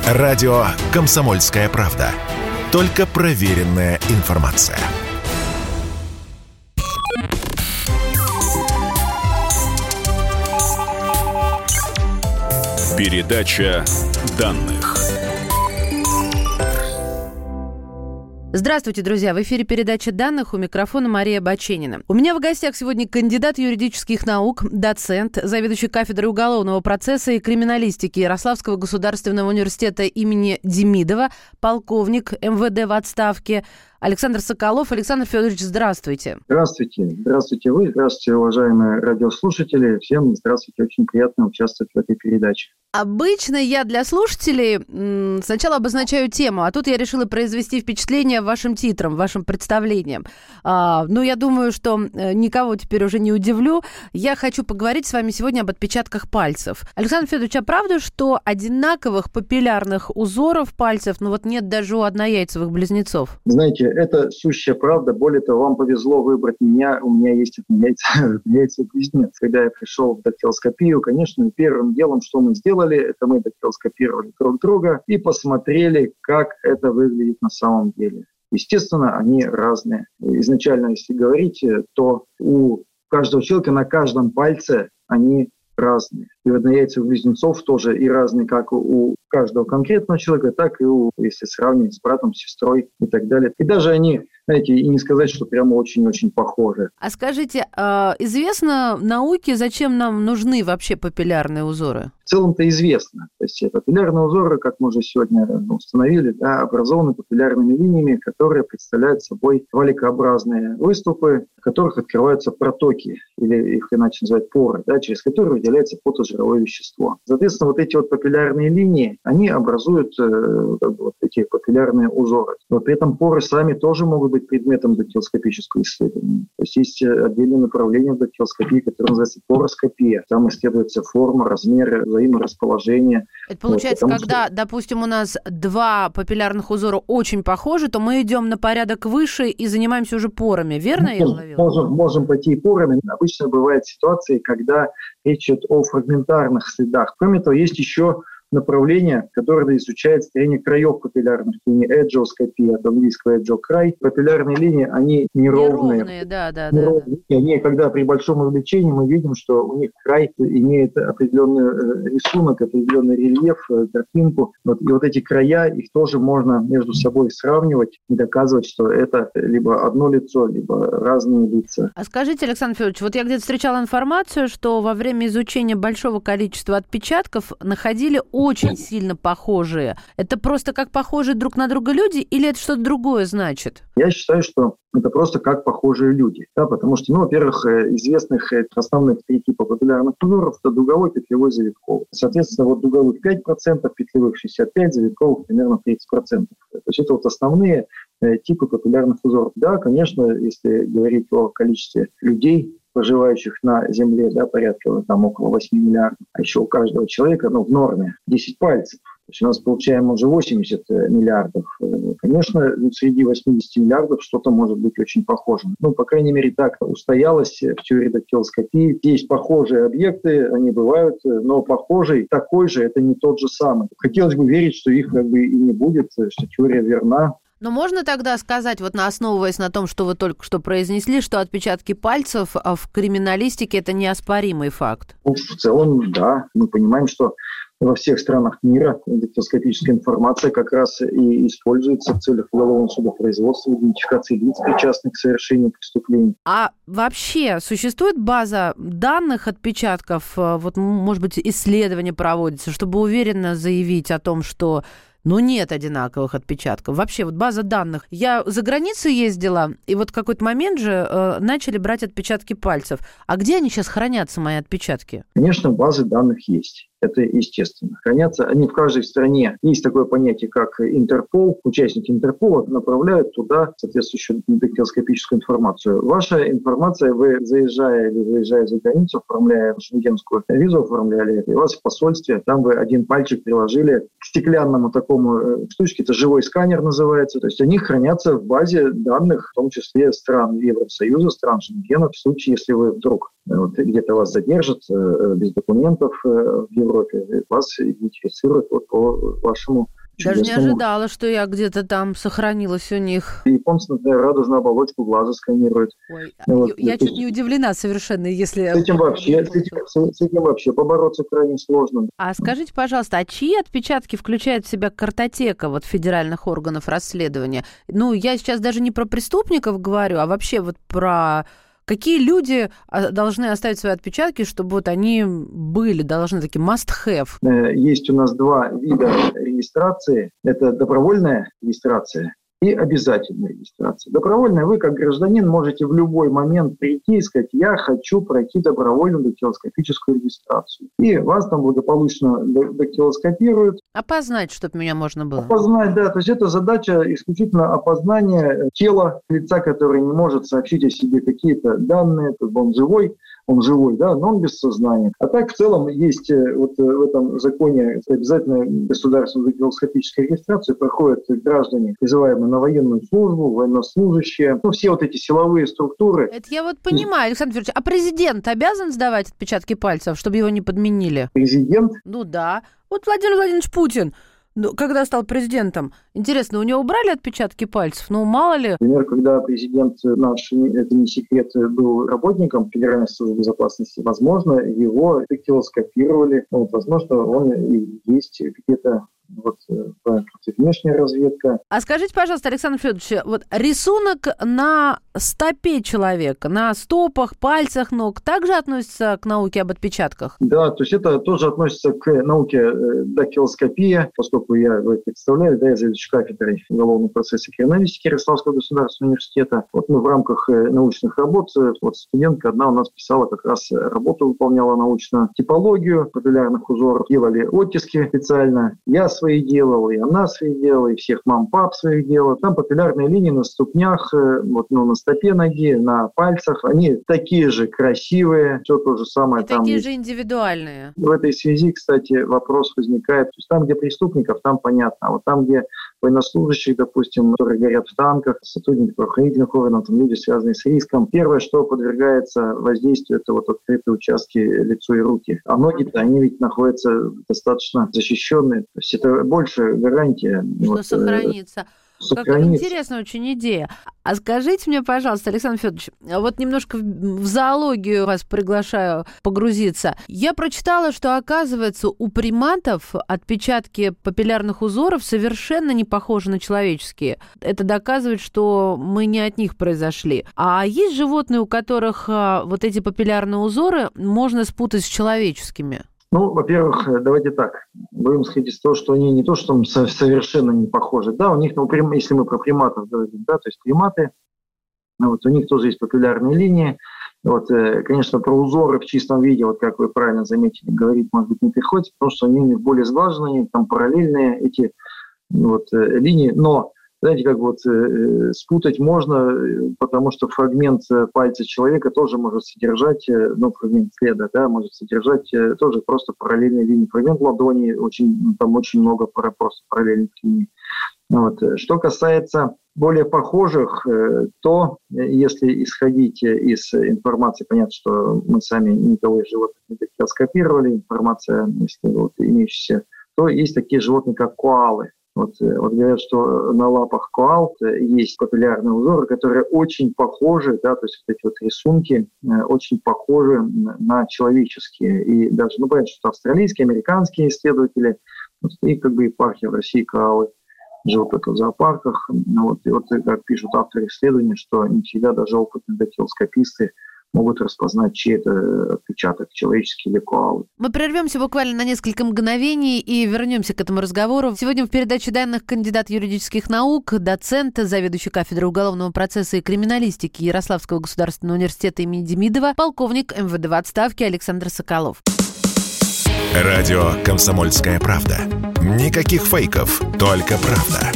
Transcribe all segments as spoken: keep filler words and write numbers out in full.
Радио «Комсомольская правда». Только проверенная информация. Передача данных. Здравствуйте, друзья! В эфире передача данных, у микрофона Мария Баченина. У меня в гостях сегодня кандидат юридических наук, доцент, заведующий кафедрой уголовного процесса и криминалистики Ярославского государственного университета имени Демидова, полковник эм вэ дэ в отставке Александр Соколов. Александр Федорович, здравствуйте. Здравствуйте. Здравствуйте вы, здравствуйте, уважаемые радиослушатели. Всем здравствуйте, очень приятно участвовать в этой передаче. Обычно я для слушателей м, сначала обозначаю тему, а тут я решила произвести впечатление вашим титром, вашим представлением. А, ну, я думаю, что никого теперь уже не удивлю. Я хочу поговорить с вами сегодня об отпечатках пальцев. Александр Федорович, а правда, что одинаковых папиллярных узоров пальцев, ну вот нет даже у однояйцевых близнецов? Знаете, это сущая правда. Более того, вам повезло выбрать меня. У меня есть однояйцевый близнец. Когда я пришел в дактилоскопию, конечно, первым делом, что мы сделали, это мы дактилоскопировали друг друга и посмотрели, как это выглядит на самом деле. Естественно, они разные. Изначально, если говорить, то у каждого человека на каждом пальце они разные. И у однояйцевых близнецов тоже и разные, как у каждого конкретного человека, так и у, если сравнивать с братом, сестрой и так далее. И даже они, знаете, и не сказать, что прямо очень-очень похожи. А скажите, известно науке, зачем нам нужны вообще папиллярные узоры? В целом-то известно. То есть папиллярные узоры, как мы уже сегодня установили, да, образованы папиллярными линиями, которые представляют собой валикообразные выступы, в которых открываются протоки, или их иначе называют поры, да, через которые выделяется потожировое вещество. Соответственно, вот эти вот папиллярные линии, они образуют э, вот эти папиллярные узоры. Но при этом поры сами тоже могут быть предметом дактилоскопического исследования. То есть есть отдельное направление в дактилоскопии, которое называется пороскопия. Там исследуется форма, размеры, взаиморасположение. Это получается, вот, когда, что... допустим, у нас два папиллярных узора очень похожи, то мы идем на порядок выше и занимаемся уже порами, верно я уловила? Можем, можем пойти и порами. Обычно бывают ситуации, когда речь идет о фрагментарных следах. Кроме того, есть еще направление, которое изучает строение краев папиллярных линий, эджиоскопия, от английского edge край. Папиллярные линии, они неровные. Неровные, да, да, неровные. да. Они, когда при большом увеличении мы видим, что у них край имеет определенный рисунок, определенный рельеф, картинку. Вот, и вот эти края, их тоже можно между собой сравнивать и доказывать, что это либо одно лицо, либо разные лица. А скажите, Александр Федорович, вот я где-то встречала информацию, что во время изучения большого количества отпечатков находили очень сильно похожие. Это просто как похожие друг на друга люди или это что-то другое значит? Я считаю, что это просто как похожие люди. Да, потому что, ну, во-первых, известных основных три типа папиллярных узоров – это дуговой, петлевой, завитковый. Соответственно, вот дуговых пять процентов, петлевых шестьдесят пять процентов, завитковых примерно тридцать процентов. То есть это вот основные э, типы папиллярных узоров. Да, конечно, если говорить о количестве людей, проживающих на Земле, да, порядка там около восемь миллиардов, а еще у каждого человека, ну, в норме десять пальцев. То есть у нас получаем уже восемьдесят миллиардов. Конечно, среди восемьдесят миллиардов что-то может быть очень похожим. Ну, по крайней мере, так устоялось в теории дактилоскопии. Есть похожие объекты, они бывают, но похожий, такой же, это не тот же самый. Хотелось бы верить, что их как бы и не будет, что теория верна. Но можно тогда сказать, вот основываясь на том, что вы только что произнесли, что отпечатки пальцев в криминалистике – это неоспоримый факт? Ну, в целом, да. Мы понимаем, что во всех странах мира дактилоскопическая информация как раз и используется в целях уголовного судопроизводства, идентификации лиц, причастных к совершению преступлений. А вообще существует база данных отпечатков? Вот, может быть, исследования проводятся, чтобы уверенно заявить о том, что ну, нет одинаковых отпечатков. Вообще, вот база данных. Я за границу ездила, и вот в какой-то момент же э, начали брать отпечатки пальцев. А где они сейчас хранятся, мои отпечатки? Конечно, базы данных есть. Это естественно. Хранятся они в каждой стране. Есть такое понятие, как Интерпол. Участники Интерпола направляют туда соответствующую дактилоскопическую информацию. Ваша информация, вы заезжая или выезжая за границу, оформляя шенгенскую визу, оформляли, и у вас в посольстве, там вы один пальчик приложили к стеклянному такому штучке, это живой сканер называется. То есть они хранятся в базе данных, в том числе стран Евросоюза, стран Шенгена, в случае, если вы вдруг вот, где-то вас задержат э, без документов э, в Европе, Европе. Вас идентифицируют вот по вашему Даже не ожидала, что я где-то там сохранилась у них. Японцы, например, радужную оболочку глаза сканируют. Ой, вот. Я, я чуть не удивлена совершенно, если... С этим, вообще, с, этим, с этим вообще побороться крайне сложно. А скажите, пожалуйста, а чьи отпечатки включает в себя картотека вот федеральных органов расследования? Ну, я сейчас даже не про преступников говорю, а вообще вот про... Какие люди должны оставить свои отпечатки, чтобы вот они были, должны такие must-have? Есть у нас два вида регистрации. Это добровольная регистрация и обязательная регистрация. Добровольная, вы как гражданин можете в любой момент прийти и сказать: я хочу пройти добровольную дактилоскопическую регистрацию. И вас там благополучно дактилоскопируют. Опознать, чтобы меня можно было. Опознать, да. То есть это задача исключительно опознания тела лица, который не может сообщить о себе какие-то данные, как бы он живой, он живой, да, но он без сознания. А так, в целом, есть вот в этом законе обязательно государственную дактилоскопическую регистрацию проходят граждане, призываемые на военную службу, военнослужащие, ну, все вот эти силовые структуры. Это я вот понимаю, Александр Федорович, а президент обязан сдавать отпечатки пальцев, чтобы его не подменили? Президент? Ну да. Вот Владимир Владимирович Путин, когда стал президентом, интересно, у него убрали отпечатки пальцев? Ну, мало ли. Например, когда президент наш, это не секрет, был работником Федеральной службы безопасности, возможно, его дактилоскопировали. Вот, возможно, он и есть где-то вот внешняя разведка. А скажите, пожалуйста, Александр Федорович, вот рисунок на стопе человека, на стопах, пальцах ног также относится к науке об отпечатках? Да, то есть это тоже относится к науке дактилоскопия, поскольку я представляю, да, я заведующий кафедрой уголовного процесса и криминалистики Ярославского государственного университета. Вот мы в рамках научных работ, вот студентка одна у нас писала как раз работу, выполняла научную типологию папиллярных узоров, делали оттиски специально. Я свои делал, и она свои делала, и всех мам-пап своих делала. Там папиллярные линии на ступнях, вот, ну, на стопе ноги, на пальцах. Они такие же красивые, все то же самое. И там такие есть. же индивидуальные. В этой связи, кстати, вопрос возникает. То есть там, где преступников, там понятно. А вот там, где военнослужащие, допустим, которые горят в танках, сотрудники правоохранительных органов, там люди, связанные с риском, первое, что подвергается воздействию, это вот открытые участки, лицо и руки. А ноги-то, они ведь находятся достаточно защищенные. То есть это больше гарантия. Что вот, сохранится. Как интересная очень идея. А скажите мне, пожалуйста, Александр Федорович, вот немножко в зоологию вас приглашаю погрузиться. Я прочитала, что, оказывается, у приматов отпечатки папиллярных узоров совершенно не похожи на человеческие. Это доказывает, что мы не от них произошли. А есть животные, у которых вот эти папиллярные узоры можно спутать с человеческими? Ну, во-первых, давайте так, будем исходить из того, что они не то, что совершенно не похожи. Да, у них, ну, если мы про приматов говорим, да, то есть приматы, вот, у них тоже есть папиллярные линии. Вот, конечно, про узоры в чистом виде, вот как вы правильно заметили, говорить, может быть, не приходится, потому что они у них более сглаженные, там параллельные эти вот, линии, но знаете, как вот э, спутать можно, потому что фрагмент пальца человека тоже может содержать, э, ну, фрагмент следа, да, может содержать э, тоже просто параллельные линии. Фрагмент ладони, очень, там очень много просто параллельных линий. Вот. Что касается более похожих, э, то если исходить из информации, понятно, что мы сами никого из животных не дактилоскопировали, информация, если вот имеющаяся, то есть такие животные, как коалы. Вот, вот говорят, что на лапах коал есть папиллярные узоры, которые очень похожи, да, то есть вот эти вот рисунки очень похожи на человеческие. И даже, ну, понятно, что австралийские, американские исследователи, вот, и как бы епархия в России коалы живут только в зоопарках. Вот, и вот, как пишут авторы исследований, что не всегда даже опытные дактилоскописты могут распознать, чей это отпечаток, человеческий или коалы. Мы прервемся буквально на несколько мгновений и вернемся к этому разговору. Сегодня в передаче данных кандидат юридических наук, доцент, заведующий кафедрой уголовного процесса и криминалистики Ярославского государственного университета имени Демидова, полковник эм вэ дэ в отставке Александр Соколов. Радио «Комсомольская правда». Никаких фейков, только правда.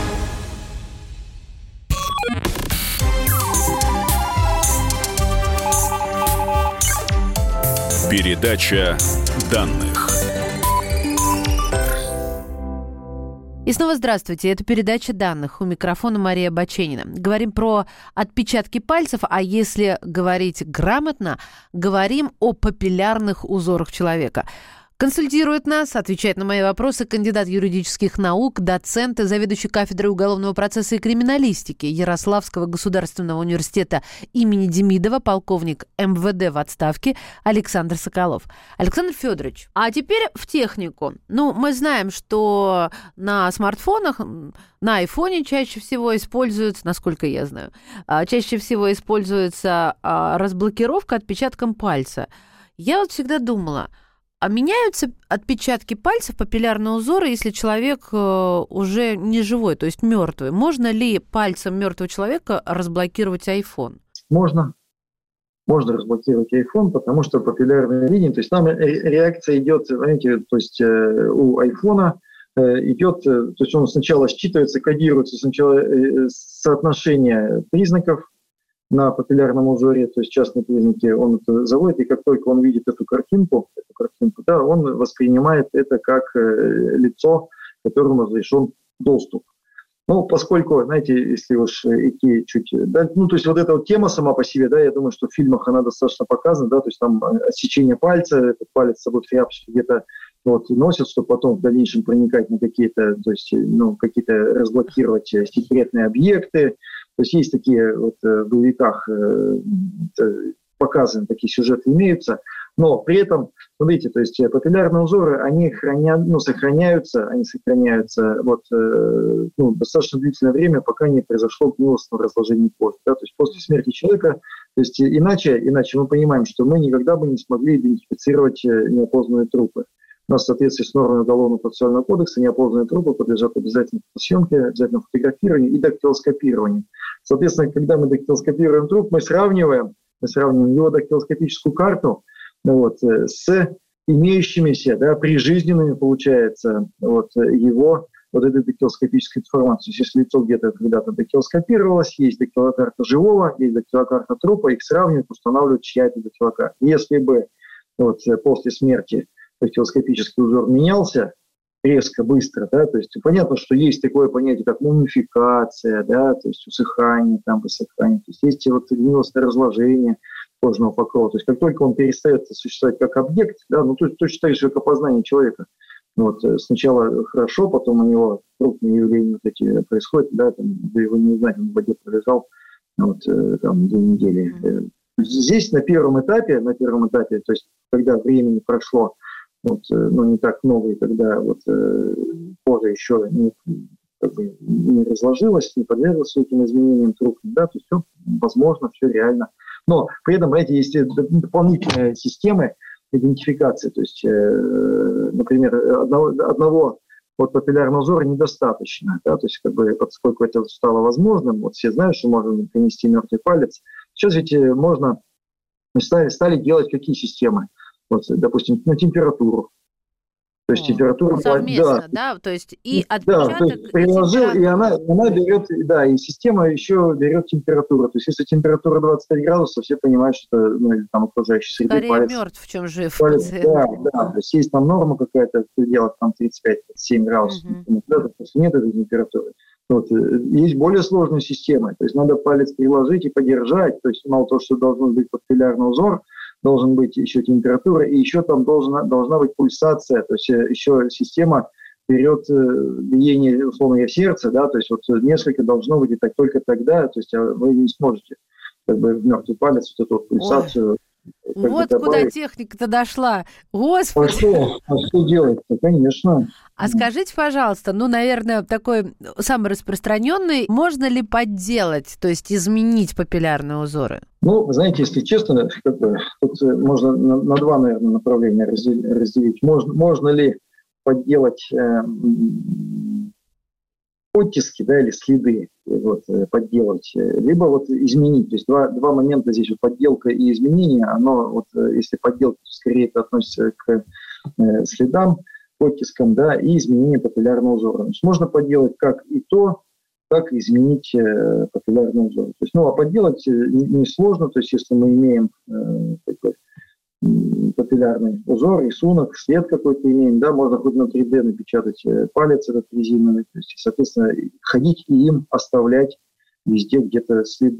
Передача данных. И снова здравствуйте. Это передача данных. У микрофона Мария Баченина. Говорим про отпечатки пальцев, а если говорить грамотно, говорим о папиллярных узорах человека. Консультирует нас, отвечает на мои вопросы кандидат юридических наук, доцент и заведующий кафедрой уголовного процесса и криминалистики Ярославского государственного университета имени Демидова, полковник эм вэ дэ в отставке Александр Соколов. Александр Федорович, а теперь в технику. Ну, мы знаем, что на смартфонах, на айфоне чаще всего используется, насколько я знаю, чаще всего используется разблокировка отпечатком пальца. Я вот всегда думала, а меняются отпечатки пальцев, папиллярные узоры, если человек э, уже не живой, то есть мертвый? Можно ли пальцем мертвого человека разблокировать айфон? Можно. Можно разблокировать айфон, потому что папиллярная линия, то есть там реакция идет, знаете, то есть э, у айфона э, идет, э, то есть он сначала считывается, кодируется сначала э, соотношение признаков на папиллярном узоре, то есть частные признаки, он это заводит, и как только он видит эту картинку, эту картинку, да, он воспринимает это как э, лицо, которому разрешен доступ. Ну, поскольку, знаете, если уж идти чуть... Да, ну, то есть вот эта вот тема сама по себе, да, я думаю, что в фильмах она достаточно показана, да, то есть там отсечение пальца, этот палец с собой тряпочки где-то вот носят, чтобы потом в дальнейшем проникать на какие-то, то есть, ну, какие-то разблокировать секретные объекты. То есть есть такие вот в боевиках показаны, такие сюжеты имеются, но при этом, смотрите, то есть папиллярные узоры, они хранят, ну, сохраняются, они сохраняются вот, ну, достаточно длительное время, пока не произошло гнилостного разложения кожи. Да? То есть после смерти человека, то есть иначе, иначе мы понимаем, что мы никогда бы не смогли идентифицировать неопознанные трупы. У нас в соответствии с нормами Уголовного процессуального кодекса неопознанные трупы подлежат обязательно съемке, обязательно фотографированию и дактилоскопированию. Соответственно, когда мы дактилоскопируем труп, мы сравниваем, мы сравниваем его дактилоскопическую карту вот, с имеющимися, да, прижизненными, получается, вот, его вот этой дактилоскопической информацией. Если лицо где-то когда-то дактилоскопировалось, есть дактилокарта живого, есть дактилокарта трупа, их сравнивают, устанавливают, чья это дактилокарта. Если бы вот, после смерти дактилоскопический узор менялся резко, быстро, да, то есть понятно, что есть такое понятие, как мумификация, да, то есть усыхание, там, высыхание, то есть есть вот гнилостное разложение кожного покрова, то есть как только он перестает существовать как объект, да, ну, то есть точно так же, как опознание человека. Вот, сначала хорошо, потом у него крупные явления вот эти происходят, да, там, да его не узнать, он в воде пролежал вот, там, две недели. Mm-hmm. Здесь на первом этапе, на первом этапе, то есть когда времени прошло, вот, ну, не так много, и когда вот, э, кожа еще не, как бы, не разложилась, не подверглась этим изменениям трупным, да, то есть все возможно, все реально. Но при этом, знаете, есть дополнительные системы идентификации, то есть, э, например, одного, одного вот папиллярного узора недостаточно, да, то есть, как бы, поскольку это стало возможным, вот все знают, что можно принести мертвый палец, сейчас ведь можно, стали, стали делать какие системы? Вот, допустим, на температуру. То есть температура... Совместно, да. да? То есть и отпечаток... Да, то есть приложил, и она, она берет, да, и система еще берет температуру. То есть если температура двадцать пять градусов, все понимают, что ну, там окружающий среды скорее палец... мертв, чем жив. Палец, да, да, то есть есть там норма какая-то в пределах там тридцать пять — тридцать семь градусов. Uh-huh. Да, то есть нет этой температуры. Вот. Есть более сложные системы. То есть надо палец приложить и подержать. То есть мало того, что должен быть папиллярный узор, должен быть еще температура, и еще там должна, должна быть пульсация, то есть еще система берет биение, условно говоря, сердца, да, то есть вот несколько должно быть, и так только тогда, то есть вы не сможете как бы в мертвый палец вот эту вот пульсацию. Вот куда техника-то дошла. Господи. А что, а что делать-то? Конечно. А скажите, пожалуйста, ну, наверное, такой самый распространенный, можно ли подделать, то есть изменить папиллярные узоры? Ну, вы знаете, если честно, как бы, тут можно на, на два, наверное, направления разделить. Можно, можно ли подделать э, оттиски, да, или следы, вот, подделать, либо вот изменить. То есть два, два момента здесь, вот, подделка и изменение, оно, вот, если подделка, то скорее это относится к э, следам, оттискам, да, и изменение папиллярного узора. То есть можно подделать как и то, как изменить э, папиллярный узор. То есть, ну, а подделать несложно, не то есть если мы имеем э, такой, э, папиллярный узор, рисунок, след какой-то имеем, да, можно хоть на три дэ напечатать э, палец этот резиновый, то есть, соответственно, ходить и им оставлять везде где-то следы.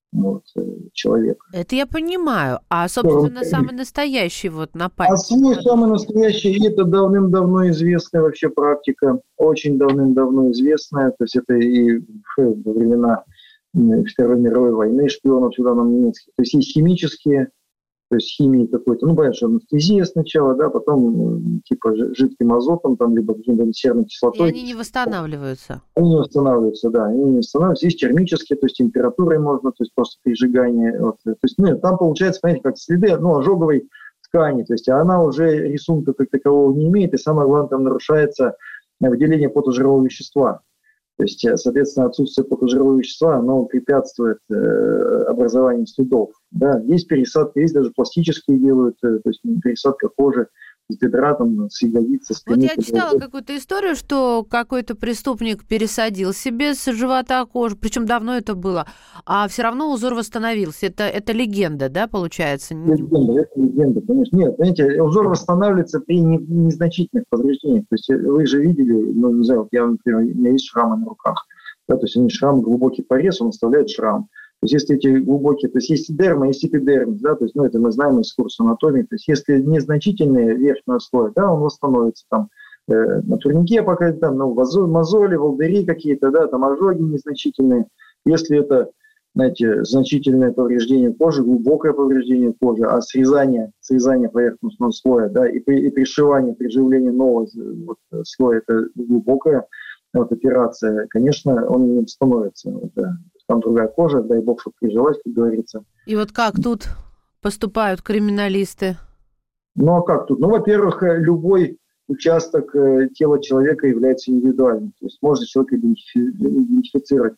вот, человека. Это я понимаю. А, собственно, самый настоящий вот на пальце. А свой самый настоящий, это давным-давно известная вообще практика, очень давным-давно известная. То есть это и во времена Второй мировой войны шпионов сюда нам немецких. То есть есть химические, то есть химии какой-то, ну, понятно, что анестезия сначала, да, потом типа жидким азотом, там, либо каким-то серной кислотой. И они не восстанавливаются. Они не восстанавливаются, да, они не восстанавливаются. Есть термические, то есть температурой можно, то есть просто прижигание. Вот. То есть, ну, там получается, понимаете, как следы, ну, ожоговой ткани, то есть она уже рисунка как такового не имеет, и самое главное, там нарушается выделение потожирового вещества. То есть, соответственно, отсутствие потожирового вещества, оно препятствует э, образованию следов. Да? Есть пересадка, есть даже пластические делают, э, то есть пересадка кожи с гидратом, с ягодицы. С вот я читала какую-то историю, что какой-то преступник пересадил себе с живота кожу, причем давно это было, а все равно узор восстановился. Это, это легенда, да, получается? Легенда, это легенда, конечно. Нет, знаете, узор восстанавливается при незначительных повреждениях. То есть вы же видели, ну, не знаю, вот я, например, у меня есть шрамы на руках, да, то есть они шрам, глубокий порез, он оставляет шрам. То есть если эти глубокие, то есть есть дерма, есть эпидермис, да, то есть, ну, это мы знаем из курса анатомии, то есть если незначительный верхний слой, да, он восстановится там э, на турнике пока, там, ну, мозоли, волдыри какие-то, да, там ожоги незначительные. Если это, знаете, значительное повреждение кожи, глубокое повреждение кожи, а срезание, срезание поверхностного слоя, да, и, при, и пришивание, приживление нового вот, слоя, это глубокая вот, операция, конечно, он не становится, да. Там другая кожа, дай бог, чтобы прижилась, как говорится. И вот как тут поступают криминалисты? Ну, а как тут? Ну, во-первых, любой участок тела человека является индивидуальным. То есть можно человека идентифицировать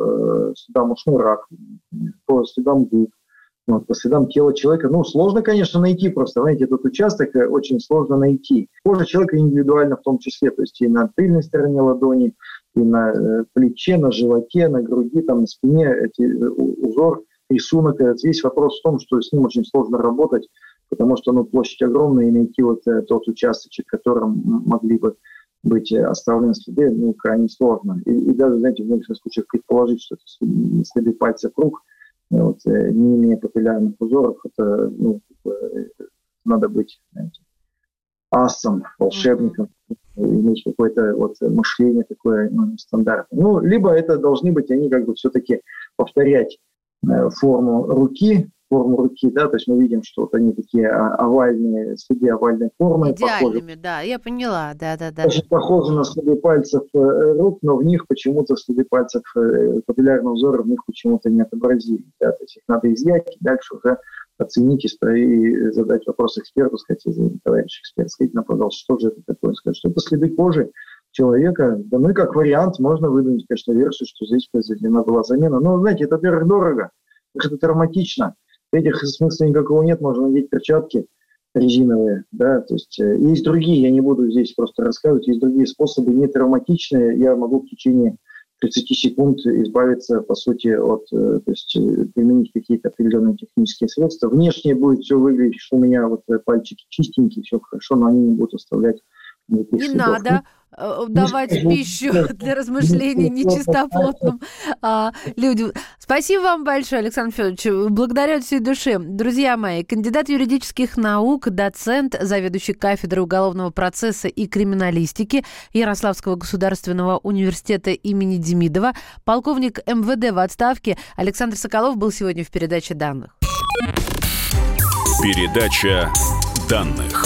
по следам ушной раковины, по следам губ, вот, по следам тела человека. Ну, сложно, конечно, найти просто. Знаете, этот участок очень сложно найти. Кожа человека индивидуальна в том числе. То есть и на тыльной стороне ладони, и на э, плече, на животе, на груди, там, на спине эти, э, узор, рисунок. Это весь вопрос в том, что с ним очень сложно работать, потому что ну, площадь огромная, и найти вот э, тот участочек, которым могли бы быть оставлены следы, ну, крайне сложно. И, и даже, знаете, в некоторых случаях предположить, что это следы пальцев рук, вот, э, не имея папиллярных узоров, это ну, э, надо быть, знаете, асом, волшебником, иметь какое-то вот мышление такое ну, стандартное. Ну, либо это должны быть они как бы все-таки повторять э, форму руки, форму руки, да, то есть мы видим, что вот они такие овальные, следы овальной формы. Идеальными, похожи, да, я поняла, да-да-да. Очень похожи на следы пальцев э, рук, но в них почему-то следы пальцев э, папиллярного узора в них почему-то не отобразились, да, то есть их надо изъять и дальше уже оценить и задать вопрос эксперту, сказать, товарищ эксперт, скажите нам, пожалуйста, что же это такое? Сказать, что это следы кожи человека. Да, ну и как вариант можно выдвинуть, конечно, версию, что здесь произведена была замена. Но, знаете, это, во-первых, дорого, это травматично. Этих смысла никакого нет, можно надеть перчатки резиновые, да, то есть э, есть другие, я не буду здесь просто рассказывать, есть другие способы, не травматичные, я могу в течение тридцать секунд избавиться, по сути, от, то есть применить какие-то определенные технические средства. Внешне будет все выглядеть, что у меня вот пальчики чистенькие, все хорошо, но они не будут оставлять никаких Не следов. надо давать пищу для размышлений нечистоплотным а, людям. Спасибо вам большое, Александр Федорович. Благодарю от всей души. Друзья мои, кандидат юридических наук, доцент, заведующий кафедрой уголовного процесса и криминалистики Ярославского государственного университета имени Демидова, полковник эм вэ дэ в отставке Александр Соколов был сегодня в передаче данных. Передача данных.